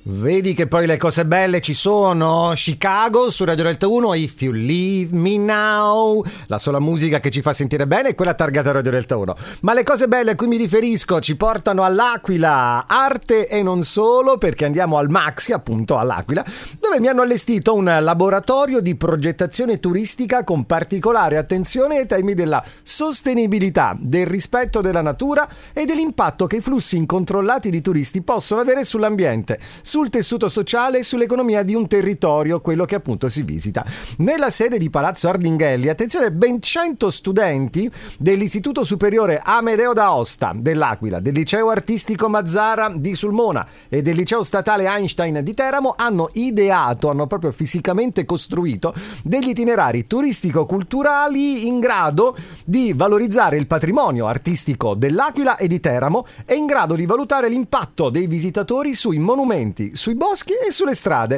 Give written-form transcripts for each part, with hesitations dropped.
Vedi che poi le cose belle ci sono. Chicago su Radio Delta 1, If You Leave Me Now. La sola musica che ci fa sentire bene è quella targata Radio Delta 1. Ma le cose belle a cui mi riferisco ci portano all'Aquila, arte e non solo, perché andiamo al Maxi, appunto all'Aquila, dove mi hanno allestito un laboratorio di progettazione turistica con particolare attenzione ai temi della sostenibilità, del rispetto della natura e dell'impatto che i flussi incontrollati di turisti possono avere sull'ambiente, sul tessuto sociale e sull'economia di un territorio, quello che appunto si visita. Nella sede di Palazzo Ardinghelli, attenzione, ben 100 studenti dell'Istituto Superiore Amedeo d'Aosta dell'Aquila, del Liceo Artistico Mazzara di Sulmona e del Liceo Statale Einstein di Teramo hanno proprio fisicamente costruito degli itinerari turistico-culturali in grado di valorizzare il patrimonio artistico dell'Aquila e di Teramo e in grado di valutare l'impatto dei visitatori sui monumenti, sui boschi e sulle strade.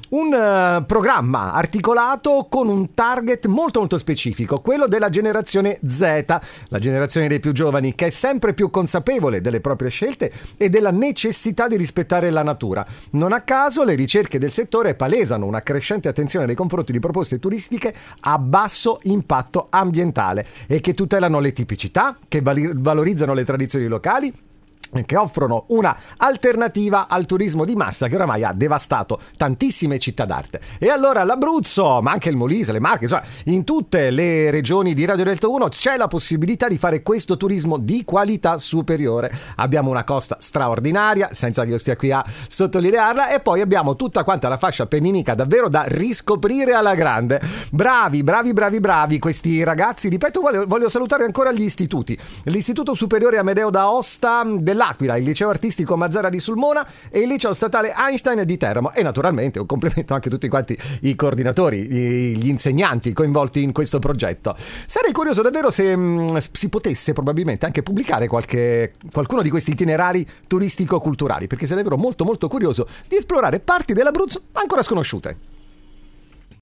Un programma articolato con un target molto molto specifico, quello della generazione Z, la generazione dei più giovani, che è sempre più consapevole delle proprie scelte e della necessità di rispettare la natura. Non a caso le ricerche del settore palesano una crescente attenzione nei confronti di proposte turistiche a basso impatto ambientale e che tutelano le tipicità, che valorizzano le tradizioni locali, che offrono una alternativa al turismo di massa che oramai ha devastato tantissime città d'arte. E allora l'Abruzzo, ma anche il Molise, le Marche, insomma, in tutte le regioni di Radio Delta 1 c'è la possibilità di fare questo turismo di qualità superiore. Abbiamo una costa straordinaria, senza che io stia qui a sottolinearla, e poi abbiamo tutta quanta la fascia appenninica davvero da riscoprire alla grande. Bravi questi ragazzi. Ripeto, voglio salutare ancora gli istituti: l'Istituto Superiore Amedeo d'Aosta dell'Aquila, il Liceo Artistico Mazzara di Sulmona e il Liceo Statale Einstein di Teramo, e naturalmente un complimento anche a tutti quanti i coordinatori, gli insegnanti coinvolti in questo progetto. Sarei curioso davvero se si potesse probabilmente anche pubblicare qualcuno di questi itinerari turistico-culturali, perché sarei davvero molto molto curioso di esplorare parti dell'Abruzzo ancora sconosciute.